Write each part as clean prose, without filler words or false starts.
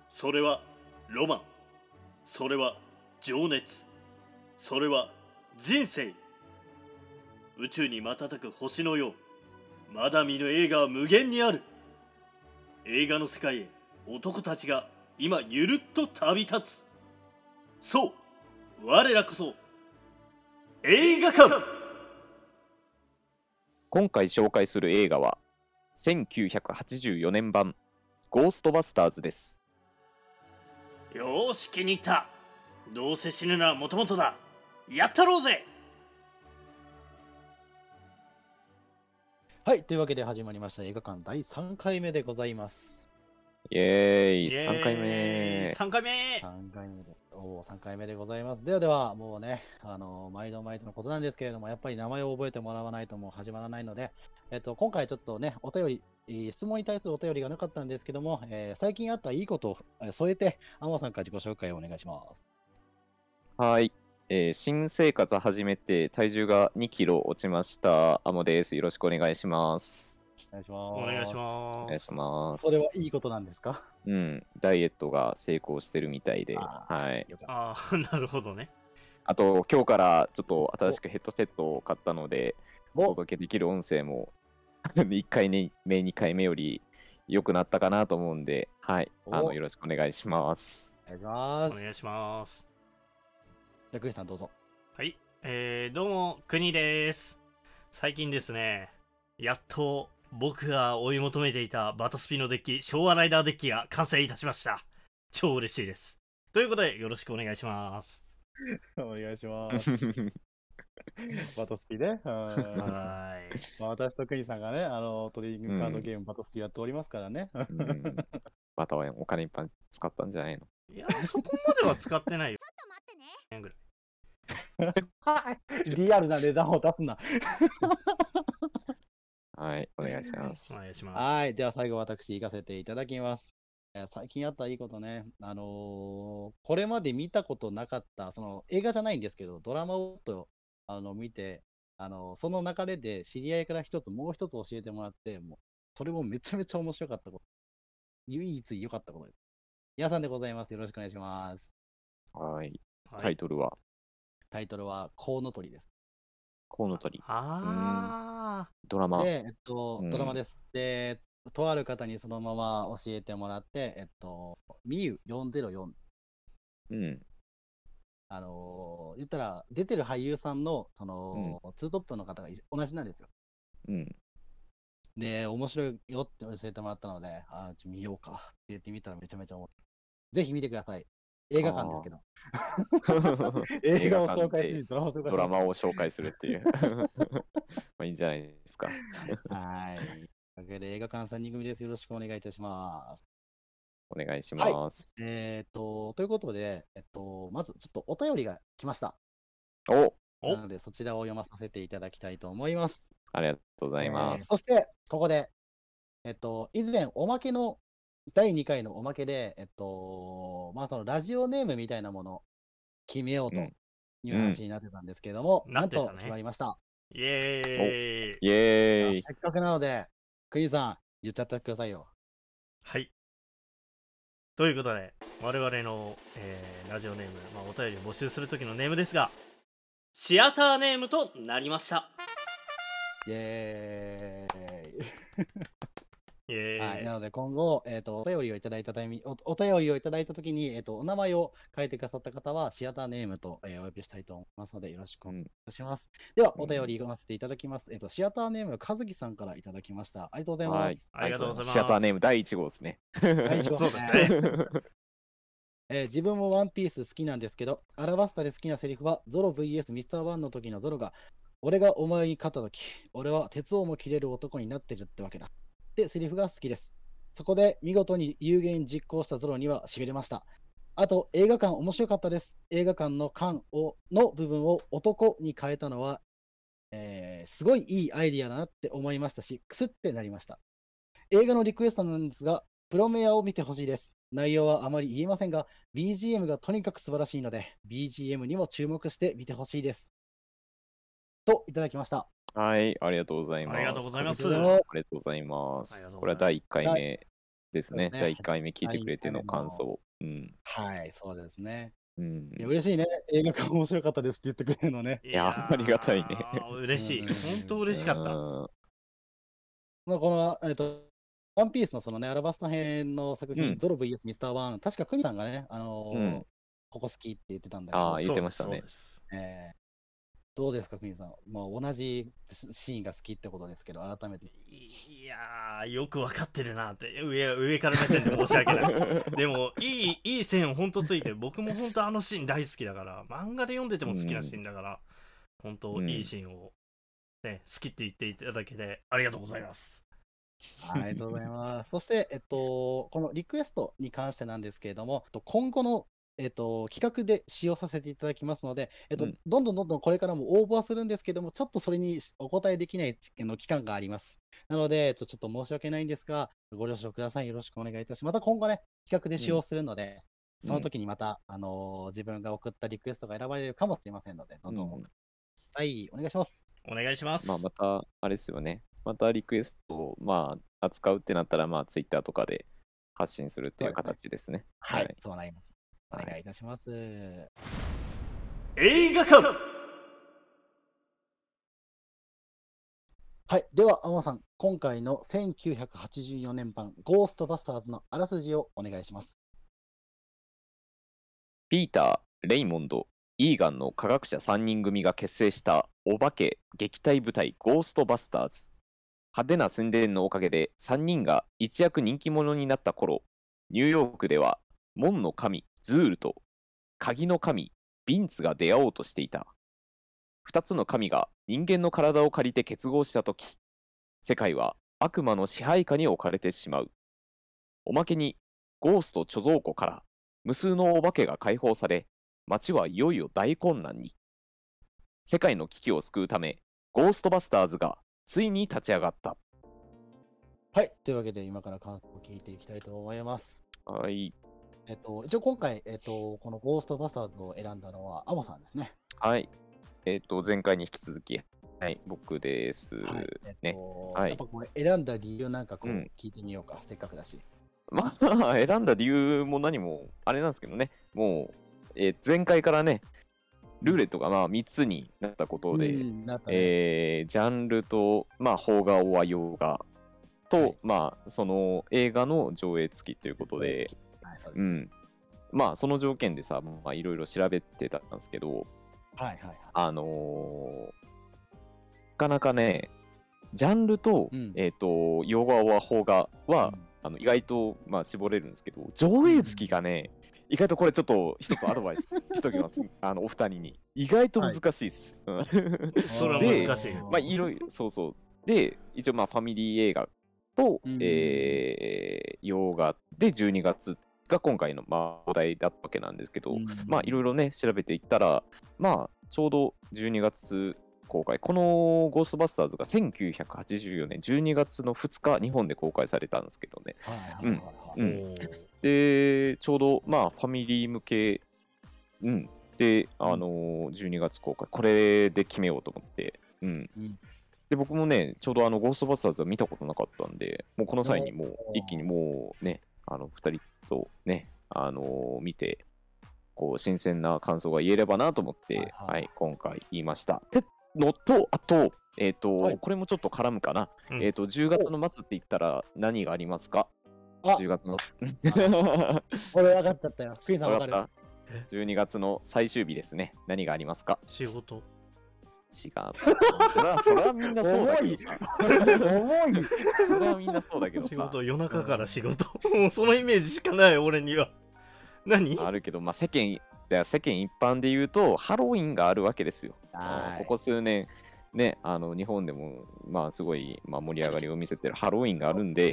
それはロマン、それは情熱、それは人生。宇宙に瞬く星のよう、まだ見ぬ映画は無限にある。映画の世界へ男たちが今ゆるっと旅立つ。そう、我らこそ映画館。 今回紹介する映画は1984年版ゴーストバスターズです。 よーし、気に入った。どうせ死ぬならもともとだ。やったろうぜ。 はい、というわけで始まりました映画館第3回目でございます。 イエーイ、 イエーイ 3回目。 3回目。 3回目で、3回目でございます。では、もうね、毎度毎度のことなんですけれども、やっぱり名前を覚えてもらわないともう始まらないので、今回ちょっとね、お便り、質問に対するお便りがなかったんですけども、最近あったいいことを添えて、アマさんから自己紹介をお願いします。 はい、新生活始めて体重が2キロ落ちました。アモです。よろしくお願いします。 お願いします。 お願いしおま願いします。 それはいいことなんですか？ うん、ダイエットが成功してるみたいで、 はい。よかった。 ああ、なるほどね。 あと今日からちょっと新しくヘッドセットを買ったので、おお届けできる音声も1回目、2回目より良くなったかなと思うんで、はい、 およろしくお願いします。 お願いします。 お願いします。 じゃあ、クリスさんどうぞ。 はい、どうも、国です。最近ですね、やっと僕が追い求めていたバトスピのデッキ、昭和ライダーデッキが完成いたしました。超嬉しいです。ということで、よろしくお願いします。 お願いします。バトスピね。 はーい。 まあ、私とクニさんがね、トレーディングカードゲームバトスピやっておりますからね。 バタはお金いっぱい使ったんじゃないの？ いや、そこまでは使ってないよ。ちょっと待ってね。ぐらい。 リアルな値段を出すな。 はい、お願いしまおす。 願いします。 はい。では最後私行かせていただきます。最近あったいいことね。これまで見たことなかった、その映画じゃないんですけど、ドラマをと見て、その流れで知り合いからもう一つ教えてもらって、もうそれもめちゃめちゃ面白かったこと。唯一良かったことです。皆さんでございます。よろしくお願いします。 はい、 はい、 タイトルはタイトルはコウノトリです。 コウノトリ。 あドラマ。 で、ドラマです。で、とある方にそのまま教えてもらって、ミユ404。 うん。 言ったら、出てる俳優さんの、ツートップの方が同じなんですよ。 うん。 で、面白いよって教えてもらったので、見ようかって言ってみたらめちゃめちゃ面白い。ぜひ見てください。映画館ですけど。映画を紹介する、ドラマを紹介する。 ドラマを紹介するっていう。まあいいんじゃないですか。 はい。というわけで映画館3人組です。よろしくお願いいたします。 お願いします。 ということで、まずちょっとお便りが来ました。 おなので、そちらを読まさせていただきたいと思います。 ありがとうございます。 そして、ここで、以前、おまけの、第2回のおまけで、まあ、そのラジオネームみたいなものを決めようという話になってたんですけれども、なんと決まりました。 イエーイ。 イエーイ。 せっかくなので、クリーさん、言っちゃってくださいよ。 はい。ということで、我々の、ラジオネーム、まあ、お便りを募集するときのネームですが、シアターネームとなりました。 イエーイ。 イエーイ。 はい、なので今後、お便りをいただいたときに、お名前を書いてくださった方は、シアターネームと、お呼びしたいと思いますので、よろしくお願いいたします。では、お便り読ませていただきます。シアターネーム、和樹さんからいただきました。ありがとうございます。 ありがとうございます。 シアターネーム第1号ですね。 第1号そうですね。自分もワンピース好きなんですけど、アラバスタで好きなセリフは、ゾロ VS ミスター・ワンの時のゾロが、俺がお前に勝った時、俺は鉄をも切れる男になってるってわけだ。ってセリフが好きです。そこで見事に有言実行したゾロにはしびれました。あと、映画館面白かったです。映画館の館の部分を男に変えたのは、すごいいいアイディアだなって思いましたし、クスってなりました。映画のリクエストなんですが、プロメアを見てほしいです。内容はあまり言えませんが、BGM がとにかく素晴らしいので、BGM にも注目して見てほしいです。と、いただきました。 はい、ありがとうございます。 ありがとうございます。 ありがとうございます。これは第1回目ですね。 そうですね第1回目聞いてくれての感想。うん。 はい、そうですね。 うん。 いや嬉しいね。映画が面白かったですって言ってくれるのね。 いやありがたいね嬉しい。 うん本当嬉しかった。 まあ、この、ワンピースのそのね、アラバスタ編の作品、 うんゾロ VS ミスターワン、確かクニさんがね、 うんここ好きって言ってたんだけど、 言ってましたねそうですえーどうですか、クニさん。まあ、同じシーンが好きってことですけど、改めて。 いやー、よくわかってるなって、上から目線で申し訳ない。でも、いい線ほんとついてる。僕もほんとあのシーン大好きだから、漫画で読んでても好きなシーンだから、ほんといいシーンを、ね、好きって言っていただけてありがとうございます。 ありがとうございます。そして、このリクエストに関してなんですけれども、今後の、企画で使用させていただきますので、 うんどんどんこれからも応募はするんですけども、ちょっとそれにお答えできない期間があります。なので、ちょっと申し訳ないんですが、ご了承ください。よろしくお願いいたします。また今後ね、企画で使用するので、その時にまた、自分が送ったリクエストが選ばれるかもしれませんので、どんどん送ってください。お願いします。 お願いします。 また、あれですよね。またリクエストを、扱うってなったら、ツイッターとかで発信するっていう形ですね。 はい、そうなります。お願いいたします。 映画館。 はい。では、天野さん、今回の1984年版ゴーストバスターズのあらすじをお願いします。 ピーター、レイモンド、イーガンの科学者3人組が結成したお化け撃退部隊ゴーストバスターズ。派手な宣伝のおかげで3人が一躍人気者になった頃、ニューヨークでは門の神ズールと鍵の神ビンツが出会おうとしていた。2つの神が人間の体を借りて結合したとき、世界は悪魔の支配下に置かれてしまう。おまけにゴースト貯蔵庫から無数のお化けが解放され、街はいよいよ大混乱に。世界の危機を救うため、ゴーストバスターズがついに立ち上がった。 はい。というわけで、今から感想を聞いていきたいと思います。 はい。 一応今回、このゴーストバスターズを選んだのは、アモさんですね。 はい。前回に引き続き、はい、僕です。 はい。 ね。 やっぱこう選んだ理由なんかうん聞いてみようか、せっかくだし。 選んだ理由も何もあれなんですけどね、もう、前回からね、ルーレットが3つになったことで、 なったね。 ジャンルと、邦画、オア洋画と、 はいその映画の上映付きということで、 はい、そうですね。 その条件でさ、いろいろ調べてたんですけど、 はいはいはい。 なかなかね、ジャンルと、洋画、オア邦画は、意外と、絞れるんですけど、上映月がね、意外とこれちょっと一つアドバイスしときます。お二人に。意外と難しいです。 それは難しい。 いろいろ、そうそう。で、一応ファミリー映画と、洋画で12月が今回のお題だったわけなんですけど、いろいろね、調べていったら、ちょうど12月公開。このゴーストバスターズが1984年12月の2日、日本で公開されたんですけどね。で、ちょうど、ファミリー向け、で、12月公開、これで決めようと思って、で、僕もね、ちょうどゴーストバスターズは見たことなかったんで、もうこの際にもう一気にもうね、2人とね、見て、こう、新鮮な感想が言えればなと思って、今回言いました。ってのと、あと、これもちょっと絡むかな。10月の末って言ったら何がありますか？10月の。 俺分かっちゃったよ。クイズさん分かる。 12月の最終日ですね。何がありますか？ 仕事。 違う。それはみんなそうだけどさ。 重い。 それはみんなそうだけどさ。 仕事、夜中から仕事。もうそのイメージしかない、俺には。何？ あるけど、世間一般で言うと、ハロウィンがあるわけですよ。ここ数年、ね、日本でも、すごい、盛り上がりを見せてるハロウィンがあるんで、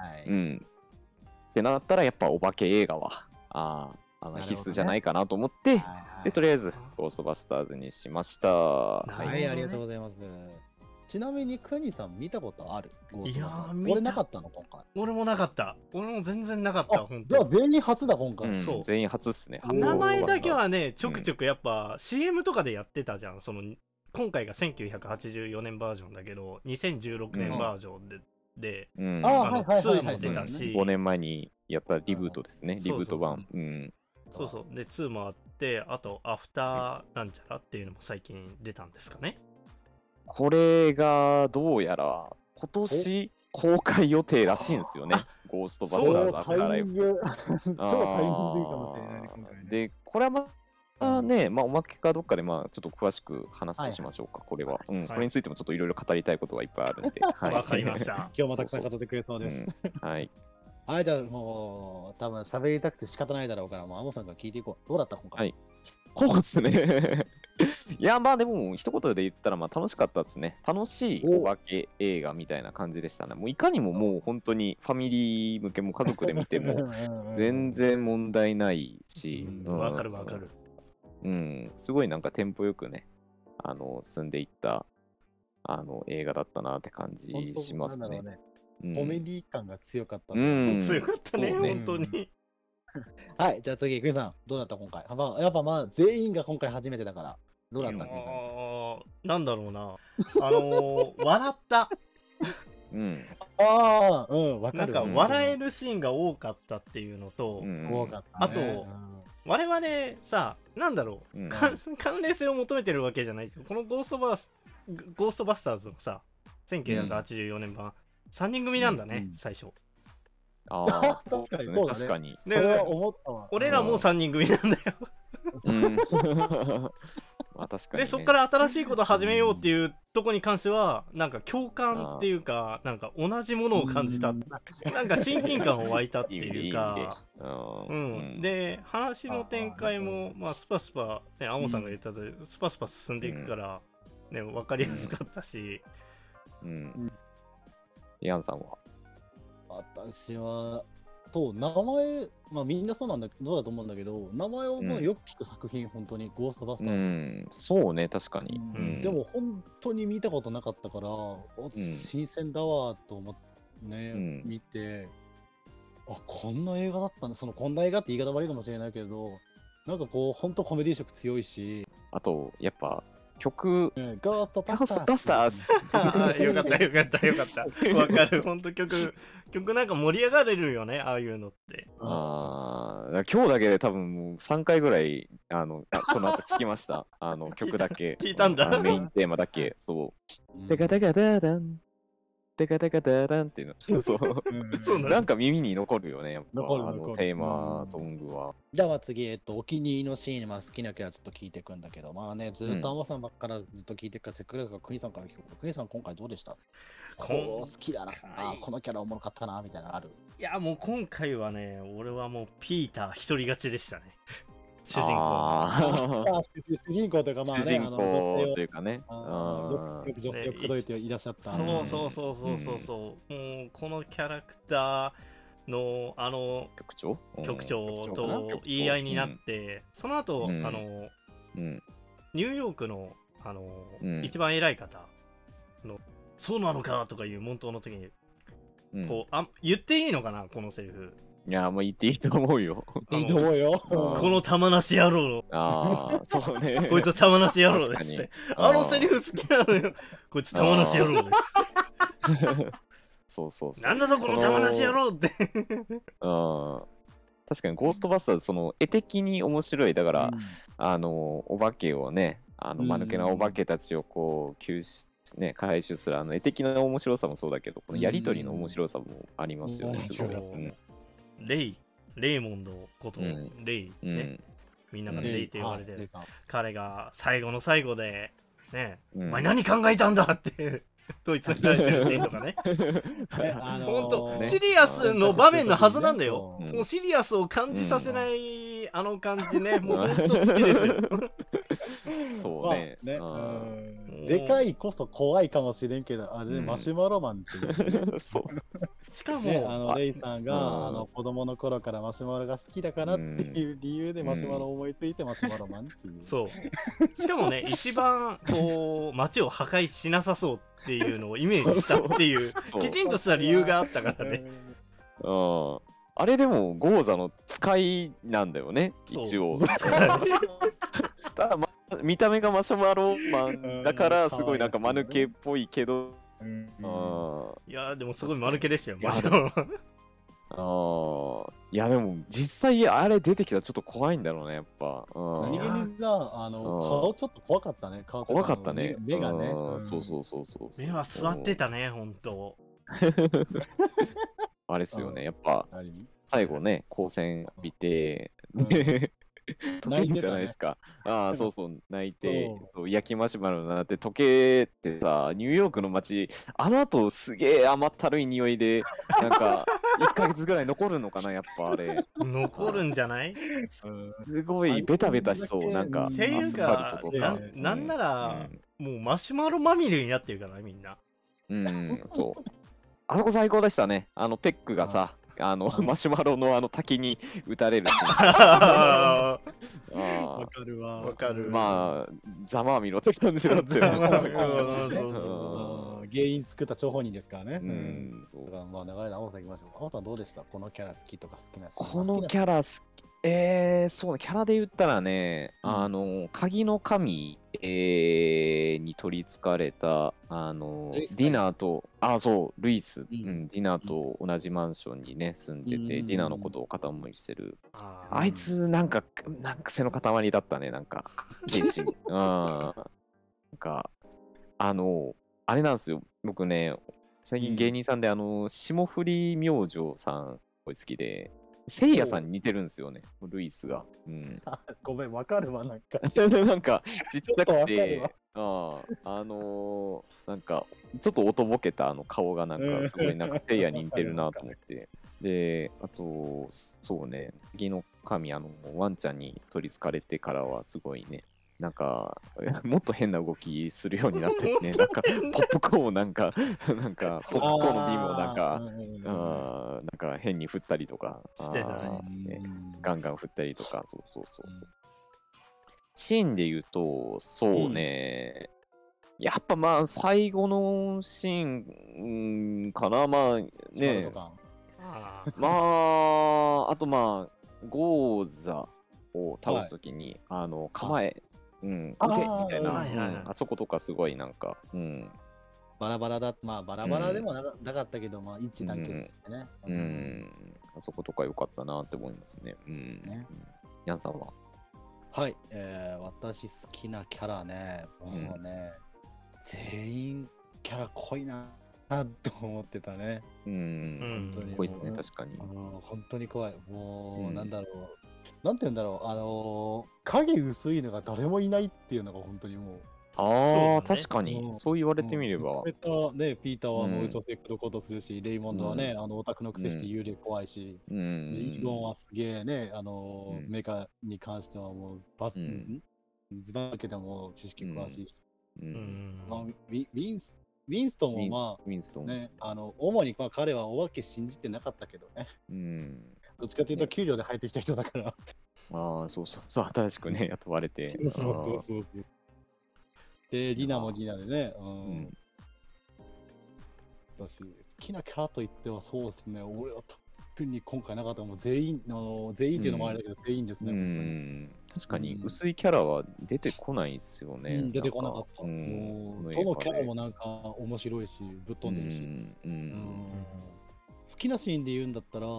ってなったら、やっぱお化け映画は、必須じゃないかなと思って、で、とりあえず、ゴーストバスターズにしました。 はい、ありがとうございます。ちなみに、クニさん見たことある？ いやー、俺なかったの、今回。 俺もなかった。俺も全然なかった、 本当。じゃあ、全員初だ、今回。 そう。全員初っすね。 名前だけはね、ちょくちょくやっぱ CM とかでやってたじゃん。今回が1984年バージョンだけど、2016年バージョンでで、 うん、 2も出たし、 5年前にやったリブートですね、リブート版。 そうそう。で、2もあって、あと、アフターなんちゃらっていうのも最近出たんですかね。 これがどうやら今年公開予定らしいんですよね。ゴーストバスターズアフターライブ。 超タイミングいいかもしれないね、今回ね。 で、これはまあね、おまけかどっかでちょっと詳しく話すとしましょうか、これは。それについてもちょっといろいろ語りたいことがいっぱいあるんで。 わかりました。 今日もたくさん語ってくれそうです。 はい。 はい、じゃあもう、多分喋りたくて仕方ないだろうから、もうアモさんから聞いていこう。どうだった今回？ はい。そうですね。いや、でも、一言で言ったら、楽しかったですね。楽しいお化け映画みたいな感じでしたね。もういかにももう本当にファミリー向けも家族で見ても全然問題ないし。 わかるわかる。 すごいなんかテンポよくね、進んでいった映画だったなって感じしますね。 コメディ感が強かった。 強かったね、本当に。 はい、じゃあ次、クイさん、どうだった今回？やっぱ全員が今回初めてだから、どうだった？ なんだろうな。笑った。 わかる。 なんか笑えるシーンが多かったっていうのと、あと、我々さ、なんだろう、関連性を求めてるわけじゃないけど、このゴーストバスターズのさ、1984年版、3人組なんだね、最初。 確かにそうだね。 確かに。 それは思ったわ。 俺らも3人組なんだよ。 確かに。 で、そっから新しいことを始めようっていうとこに関しては、なんか共感っていうか、なんか同じものを感じた。なんか親近感を湧いたっていうか、で、話の展開も、スパスパ、ね、アモさんが言ったとおり、スパスパ進んでいくから、ね、分かりやすかったし。 ヤンさんは？ 私は、名前、みんなそうなんだけど、どうだと思うんだけど、名前をよく聞く作品、本当に、ゴーストバスターズ。 そうね、確かに。 でも、本当に見たことなかったから、新鮮だわと思ってね、見て、こんな映画だったんだ、こんな映画って言い方悪いかもしれないけど、なんか本当コメディ色強いし、 あと、やっぱ、曲、 ゴーストバスターズ。 よかった。わかる。ほんと曲なんか盛り上がれるよね、ああいうのって。 今日だけで多分もう3回ぐらい、その後聞きました。曲だけ。 聞いたんだ。 メインテーマだけ。そう。テカテカダダン。テカテカダダンっていうの。そう。なんか耳に残るよね、やっぱ。テーマソングは。 じゃあ次、お気に入りのシーン、好きなキャラちょっと聞いていくんだけど、ずっとアモさんばっからずっと聞いていくから、せっかくだからクニさんから聞く。クニさん、今回どうでした？好きだな。このキャラおもろかったな、みたいなのある？ いや、もう今回はね、俺はもうピーター一人勝ちでしたね。主人公というか、 主人公というかね。 よく女性を口説いていらっしゃった。 そう。もうこのキャラクターの局長と言い合いになって、その後ニューヨークの一番偉い方のそうなのかとかいう問答の時に言っていいのかな、このセリフ。 いや、もう言っていいと思うよ。 いいと思うよ。 この玉なし野郎の。そうね。 こいつは玉なし野郎ですって。セリフ好きなのよ。こいつ玉なし野郎です。 そう。 なんだぞ、この玉なし野郎って。 確かに、ゴーストバスターズ、絵的に面白い。だから、お化けをね、間抜けなお化けたちを回収する絵的な面白さもそうだけど、このやりとりの面白さもありますよね。 レイモンドことレイね、みんながレイって呼ばれてる彼が最後の最後でね、お前何考えたんだって問い詰められてるシーンとかね。本当シリアスの場面のはずなんだよ。もうシリアスを感じさせない感じね、もう本当好きですよ。 そうね。 でかいこそ怖いかもしれんけど、あれマシュマロマンっていう。 しかもレイさんが子供の頃からマシュマロが好きだからっていう理由でマシュマロを思いついてマシュマロマンっていう。 そう。しかもね、一番街を破壊しなさそうっていうのをイメージしたっていうきちんとした理由があったからね。 あれでもゴーザの使いなんだよね、一応。ただ見た目がマシュマロマンだからすごいなんか間抜けっぽいけどいやでもすごい間抜けでしたよ、 いやマジの。 いやでも実際あれ出てきたらちょっと怖いんだろうね、やっぱ。 何気にさ、顔ちょっと怖かったね。顔と怖かったね。 目がね。 そうそうそうそう。 目は座ってたね、ほんと。 あれっすよね、やっぱ最後ね、光線浴びて、溶けるじゃないですか。そうそう、泣いて、焼きマシュマロになって溶けてさ、ニューヨークの街、あの後すげえ甘ったるい匂いで、なんか、1ヶ月ぐらい残るのかな、やっぱあれ。 残るんじゃない？ すごいベタベタしそう、なんか、 っていうか、なんなら、もうマシュマロまみれになってるからみんな。 そう。あそこ最高でしたね。ペックがさ、マシュマロの滝に打たれるシーン。 わかるわ。 わかる。 まあ、ざまあみろって感じだったよね。 原因作った張本人ですからね。 そう。 まあ、流れで青さん行きましょう。青さんどうでした？このキャラ好きとか好きなシーン。 このキャラ好き。そうね、キャラで言ったらね、鍵の神、に取りつかれた、ディナーと、ルイス、ディナーと同じマンションにね、住んでて、ディナーのことを片思いしてる。あいつ、なんか癖の塊だったね、なんか、兵士。なんか、あれなんですよ、僕ね、最近芸人さんで、霜降り明星さん、好きで、せいやさんに似てるんですよね、ルイスが。 ごめん、わかるわ、なんか。 なんか、ちっちゃくて、なんか、ちょっとおとぼけた顔がなんか、すごいなんかせいやに似てるなと思って。で、あと、そうね、次の神、ワンちゃんに取りつかれてからはすごいね、なんか、もっと変な動きするようになってね、なんか、ポップコーンをなんか、ポップコーンのビームをなんか変に振ったりとか、 してたね。ガンガン振ったりとか、そう。シーンで言うと、そうね、やっぱまあ、最後のシーンかな、まあね、まあ、あとまあ、ゴーザを倒すときに、構え、受けみたいな、あそことかすごいなんか、 バラバラでもなかったけど、まあ一致団結してね。 あそことか良かったなって思いますね。ヤンさんは？ はい、私好きなキャラね、もうね、全員キャラ濃いなと思ってたね。 本当に濃いですね、確かに。 本当に怖い。もう、なんだろう。なんて言うんだろう。影薄いのが誰もいないっていうのが本当にもう。 確かに、そう言われてみれば。 ピーターはもう女性口説こうとするし、レイモンドはね、オタクのくせして幽霊怖いし、イーゴンはすげえね、メカに関してはもうズバ抜けても知識詳しいし。ウィンストンもまあ、ね、主に彼はお化け信じてなかったけどね。どっちかというと給料で入ってきた人だから。 そう、新しくね、雇われて。 そう。で、リナもリナでね、私、好きなキャラといってはそうですね、俺は特に今回なかったもう全員っていうのもあれだけど、全員ですね、 確かに、薄いキャラは出てこないですよね。 出てこなかった。どのキャラもなんか面白いし、ぶっ飛んでるし。好きなシーンで言うんだったら、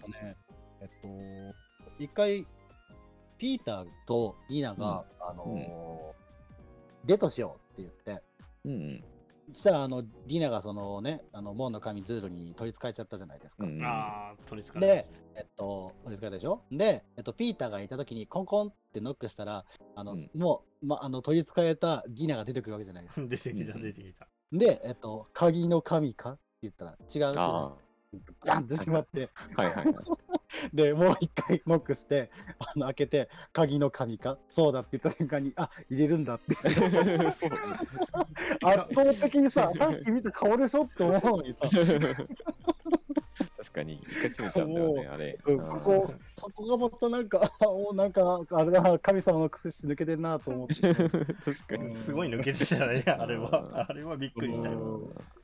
一回、ピーターとリナが、デートしようって言って、そしたらディナがそのね、門の神ズールに取り憑かれちゃったじゃないですか。 取り憑かれで、 取り憑かれたでしょ。で、ピーターがいたときにコンコンってノックしたら、もう、取り憑かれたディナが出てくるわけじゃないですか。 出てきた。 で、鍵の神かって言ったら違う。ガンってしまって。で、もう一回ノックして、開けて、鍵の神かそうだって言った瞬間に、入れるんだって。圧倒的にさっき見た顔でしょって思うのにさ。 確かに、一回閉めちゃうんだよね、あれ。 そこがまたなんか、あれだ、神様の癖して抜けてんなと思って。 確かに。 すごい抜けてたね、あれは。あれはびっくりしたよ。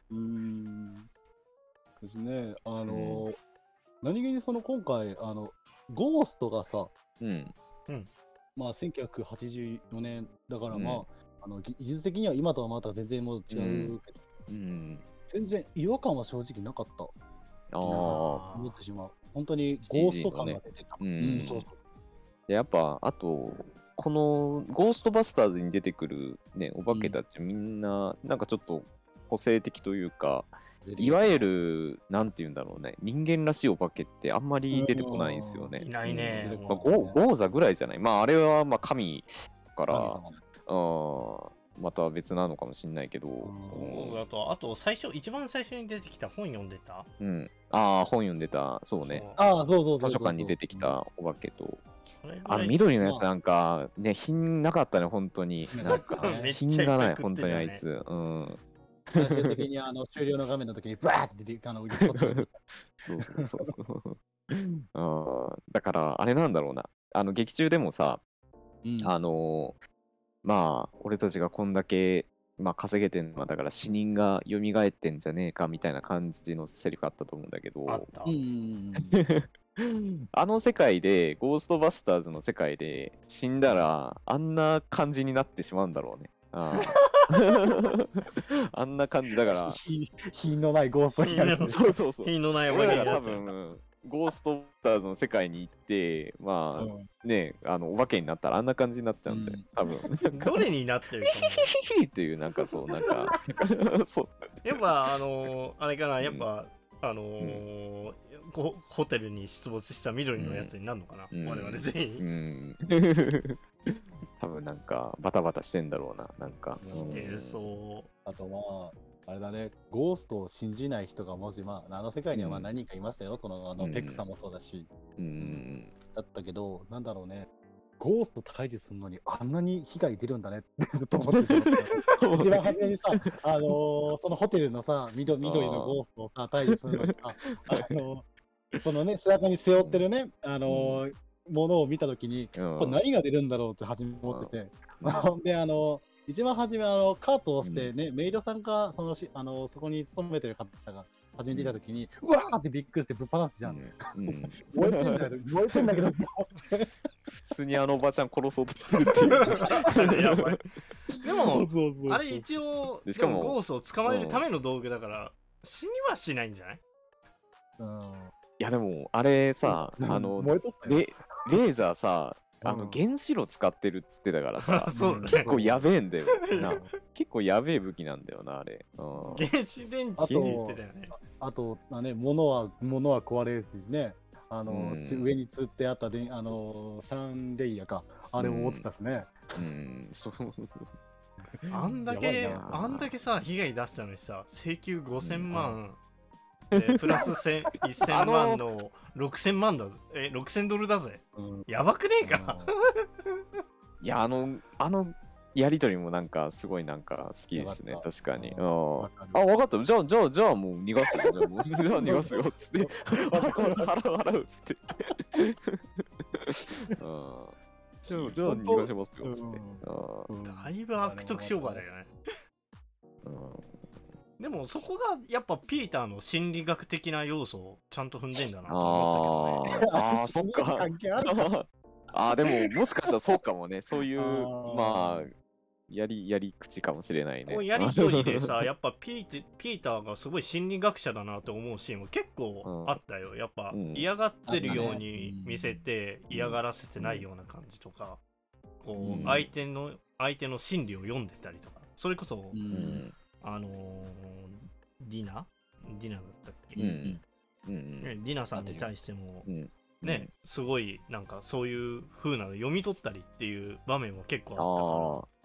ですね。何気に今回、ゴーストがさ、まあ1984年だからまあ、技術的には今とはまた全然もう違うけど、 全然違和感は正直なかった。 ああ。 思ってしまう。本当にゴースト感が出てた。そうそう。 でやっぱ、あと、このゴーストバスターズに出てくるね、お化けたちみんな、なんかちょっと個性的というか、いわゆる、なんて言うんだろうね、人間らしいお化けってあんまり出てこないんですよね。 いないね。 ゴーザぐらいじゃない。まあ、あれはまあ神から、また別なのかもしれないけど。 あと一番最初に出てきた本読んでた？ ああ、本読んでた、そうね。 そう図書館に出てきたお化けと。 あの緑のやつなんか、ね、品なかったね、本当に。なんか、品がない、本当にあいつ。 最終的に終了の画面の時にバーって出てそうだからあれなんだろうな、劇中でもさ、まあ俺たちがこんだけ、まあ、稼げてんのはだから死人が蘇ってんじゃねえかみたいな感じのセリフあったと思うんだけど、 あったあの世界でゴーストバスターズの世界で死んだらあんな感じになってしまうんだろうね。あんな感じだから品のないゴーストになる。 そう品のない俺らが多分ゴーストバスターズの世界に行ってまあ、ねお化けになったらあんな感じになっちゃうんだよ、多分。 どれになってるかもっていうなんかそうなんかそうやっぱあれかな、やっぱホテルに出没した緑のやつになるのかな、我々全員。 多分なんかバタバタしてんだろうな、なんか。 そう。 あとまあ、あれだね、ゴーストを信じない人がもし、まあ、世界にはまあ何人かいましたよ、ペクさんもそうだし。だったけど、なんだろうね、ゴースト退治するのにあんなに被害出るんだねってずっと思ってしまった。一番初めにさ、そのホテルのさ、緑のゴーストをさ、退治するのにさ、そのね、背中に背負ってるね、ものを見たときに、これ何が出るんだろうって初め思ってて、で、一番初めカートをしてね、メイドさんがそこに勤めてる方が初めていたときに、うわーってびっくりしてぶっ放すじゃん。燃えてんだけどって思って。 普通におばちゃん殺そうとしてるっていう。 やばい。でも、あれ一応、しかもゴーストを捕まえるための道具だから、死にはしないんじゃない？ いやでもあれさ、レーザーさ、原子炉使ってるっつってたからさ、結構やべえんだよな。結構やべえ武器なんだよな、あれ。 原子電池って言ってたよね。 あと、物は壊れるしね、上に釣ってあったシャンデリアか、あれも落ちたしね。 あんだけさ、被害出したのにさ、請求5000万。プラス1000万の6000万だぜ。6000ドルだぜ。やばくねえか。 いや、やりとりもなんかすごいなんか好きですね、確かに。分かった。じゃあもう逃がすよ。じゃあ逃がすよっつって。払うっつって。じゃあ逃がしますよっつって。 だいぶ悪徳商売だよね。でもそこがやっぱピーターの心理学的な要素をちゃんと踏んでんだなと思ったけどね。 そっか。でももしかしたらそうかもね。そういうまあやり口かもしれないね。 こうやりとりでさ、やっぱピーターがすごい心理学者だなと思うシーンも結構あったよ。やっぱ嫌がってるように見せて嫌がらせてないような感じとか、こう相手の心理を読んでたりとか、それこそディナだったっけ、ディナさんに対してもね、すごいなんかそういう風なの読み取ったりっていう場面も結構あったから、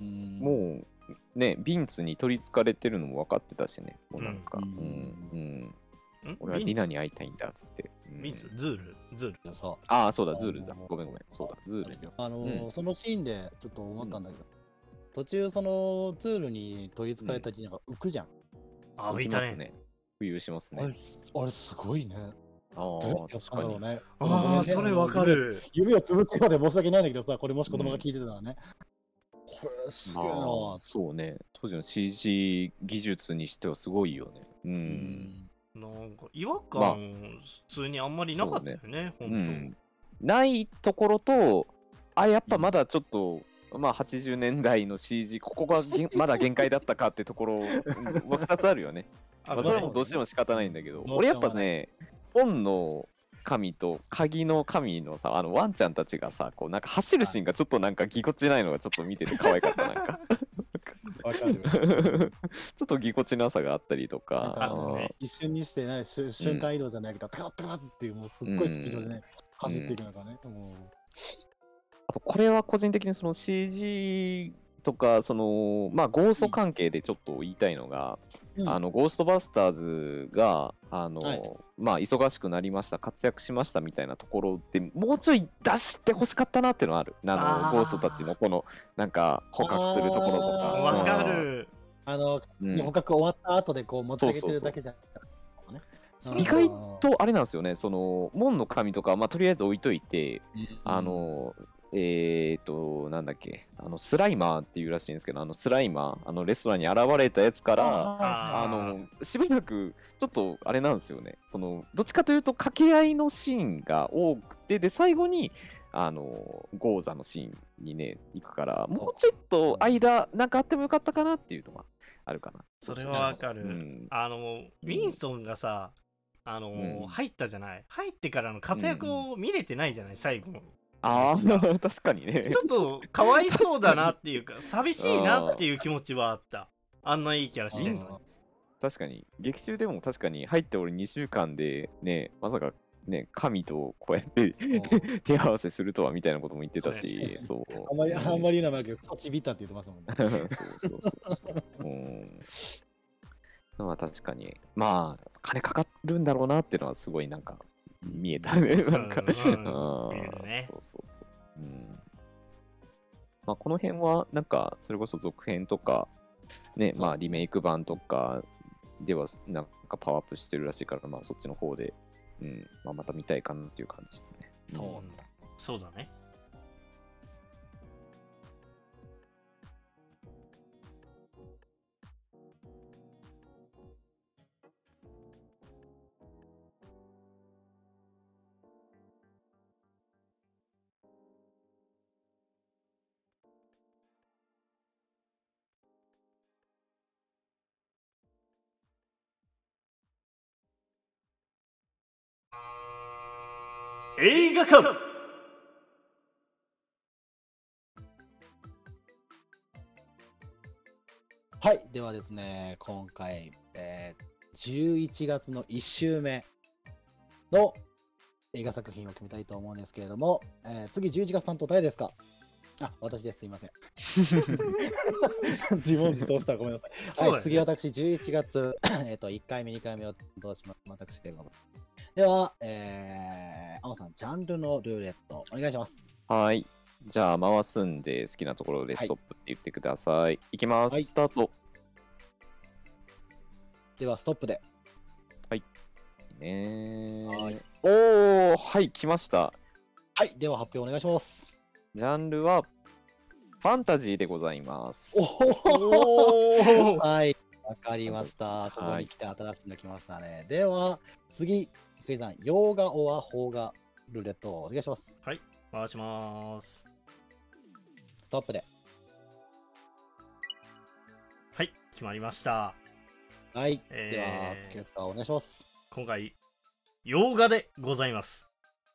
もうね、ビンツに取りつかれてるのも分かってたしね、もうなんか、俺はディナに会いたいんだっつって。 ビンツ、ズール。 そうだ、ズールだ。ごめん。そうだ、ズール。 そのシーンでちょっと思ったんだけど、途中そのツールに取りつかれた時なんか浮くじゃん。 浮いたね。 浮遊しますね。 あれすごいね。 確かにね。 それわかる。 指を潰すようで申し訳ないんだけどさ、これもし子供が聞いてたらね。これすげえな。 そうね。当時の CG 技術にしてはすごいよね。 なんか違和感普通にあんまりなかったよね、 ないところと、やっぱまだちょっとまあ、80年代の CG、ここがまだ限界だったかってところは2つあるよね。まあ、それはもうどうしても仕方ないんだけど、俺やっぱね、本の神と鍵の神のさ、ワンちゃんたちがさ、こうなんか走るシーンがちょっとなんかぎこちないのがちょっと見てて可愛かった、なんか。 わかる。 ちょっとぎこちなさがあったりとか、 一瞬にしてない瞬間移動じゃないけど、タカッタカッっていう、もうすっごいスピードでね、走っていくのがね。 あと、これは個人的にその CG とか、その、まあ、ゴースト関係でちょっと言いたいのが、ゴーストバスターズが、まあ、忙しくなりました、活躍しましたみたいなところでもうちょい出してほしかったなっていうのはある。ゴーストたちのこの、なんか、捕獲するところとか。 わかる。 捕獲終わった後でこう持ち上げてるだけじゃ意外とあれなんですよね、その門の神とか、まあ、とりあえず置いといて、なんだっけ、スライマーっていうらしいんですけど、スライマー、レストランに現れたやつから、しばらくちょっとあれなんですよね、そのどっちかというと掛け合いのシーンが多くて、で、最後に、ゴーザのシーンにね、行くから、もうちょっと間、なんかあってもよかったかなっていうのはあるかな。 それはわかる。ウィンストンがさ、入ったじゃない。入ってからの活躍を見れてないじゃない、最後の。 ああ、確かにね。 ちょっとかわいそうだなっていうか、寂しいなっていう気持ちはあった。あんないいキャラしてんの。 確かに、劇中でも確かに入って俺2週間で、ね、まさかね、神とこうやって手合わせするとはみたいなことも言ってたし、そう。 あんまり言うのはないけど、そっちビタって言ってましたもんね。 まあ確かに、まあ、金かかるんだろうなっていうのはすごいなんか見えたね。なんか、見えるね。 まあこの辺はなんかそれこそ続編とかね、まあリメイク版とかではなんかパワーアップしてるらしいから、まあそっちの方で、まあまた見たいかなっていう感じですね。 そうだね。 映画館。 はい、ではですね、今回、11月の1週目の映画作品を決めたいと思うんですけれども、次11月担当誰ですか？あ、私です。すいません。自問自答したらごめんなさい。はい、次私、11月、1回目、2回目を担当します。私でございます。では、青さん、ジャンルのルーレット、お願いします。 はい。じゃあ、回すんで、好きなところでストップって言ってください。いきます。スタート。 では、ストップで。 はい。おー、はい、来ました。 はい、では発表お願いします。 ジャンルは、ファンタジーでございます。 おはい、わかりました。ここに来て新しいの来ましたね。では、次。クイズさん、洋画、オア、邦画、ルーレットお願いします。 はい、回します。 ストップで。 はい、決まりました。 はい、では、結果お願いします。 今回、洋画でございます。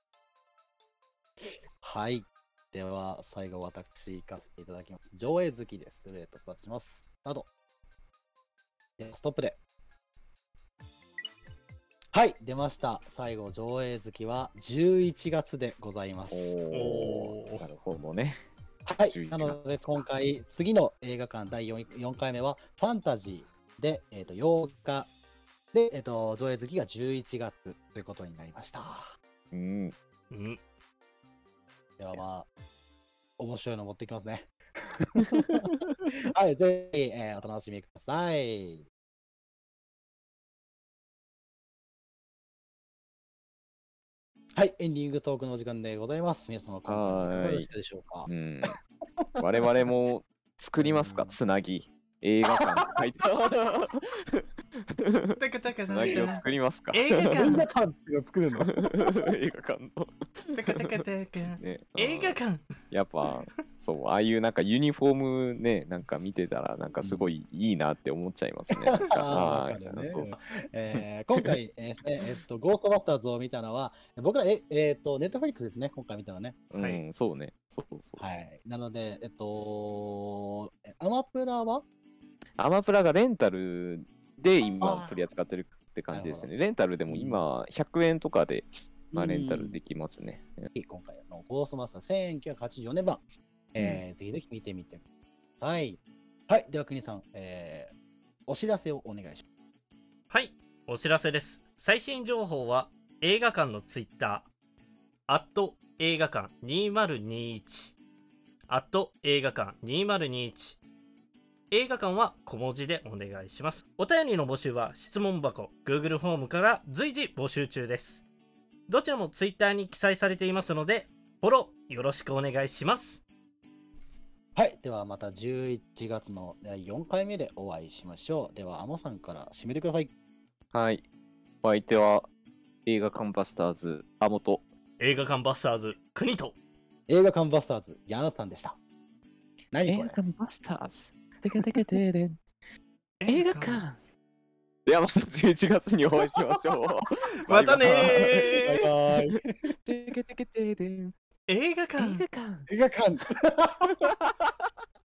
はい、では、最後、私、行かせていただきます。上映好きです。ルーレットスタートします。スタート。ストップで。はい、出ました。最後、上映月は11月でございます。 なるほどね。 はい、なので今回、次の映画館第 4回目はファンタジーで、8日で、上映月が11月ということになりました。ではまあ、面白いの持ってきますね。はい、ぜひ、お楽しみください。はい、エンディングトークのお時間でございます。皆様、今回いかがでしたでしょうか？ 我々も作りますか、つなぎ。映画館。 タカタカつなぎを作りますか。 映画館映画館っていうの作るの映画館の。 タカタカタカね、 映画館やっぱ、そう、ああいうなんかユニフォームね、なんか見てたら、なんかすごいいいなって思っちゃいますね。 わかるねそうそう今回、ゴーストバスターズを見たのは、僕ら、ネットフリックスですね、今回見たのね。 うん、 はいそうね。そうそうそう。 はい。なので、アマプラはアマプラがレンタルで今あー取り扱ってるって感じですなるね。レンタルでも今100円とかで、まあ、レンタルうんできますね。 今回のゴーストバスター1984年版、ぜひぜひ見てみてください。はい。では、国さん、お知らせをお願いします。 はいお知らせです。最新情報は映画館のツイッター映画館2021映画館2021映画館は小文字でお願いします。お便りの募集は質問箱 Google フォームから随時募集中です。どちらもツイッターに記載されていますのでフォローよろしくお願いします。 はい。では、また11月の第4回目でお会いしましょう。では、アモさんから締めてください。 はい。お相手は映画館バスターズ、アモト。 映画館バスターズ国と映画館バスターズ、ヤンさんでした。何これ館バスターズ。テケテケテレン。 映画館ではまた11月にお会いしましょう。 またねバイーバイ。 テケテケテレン。 映画館館。 映画館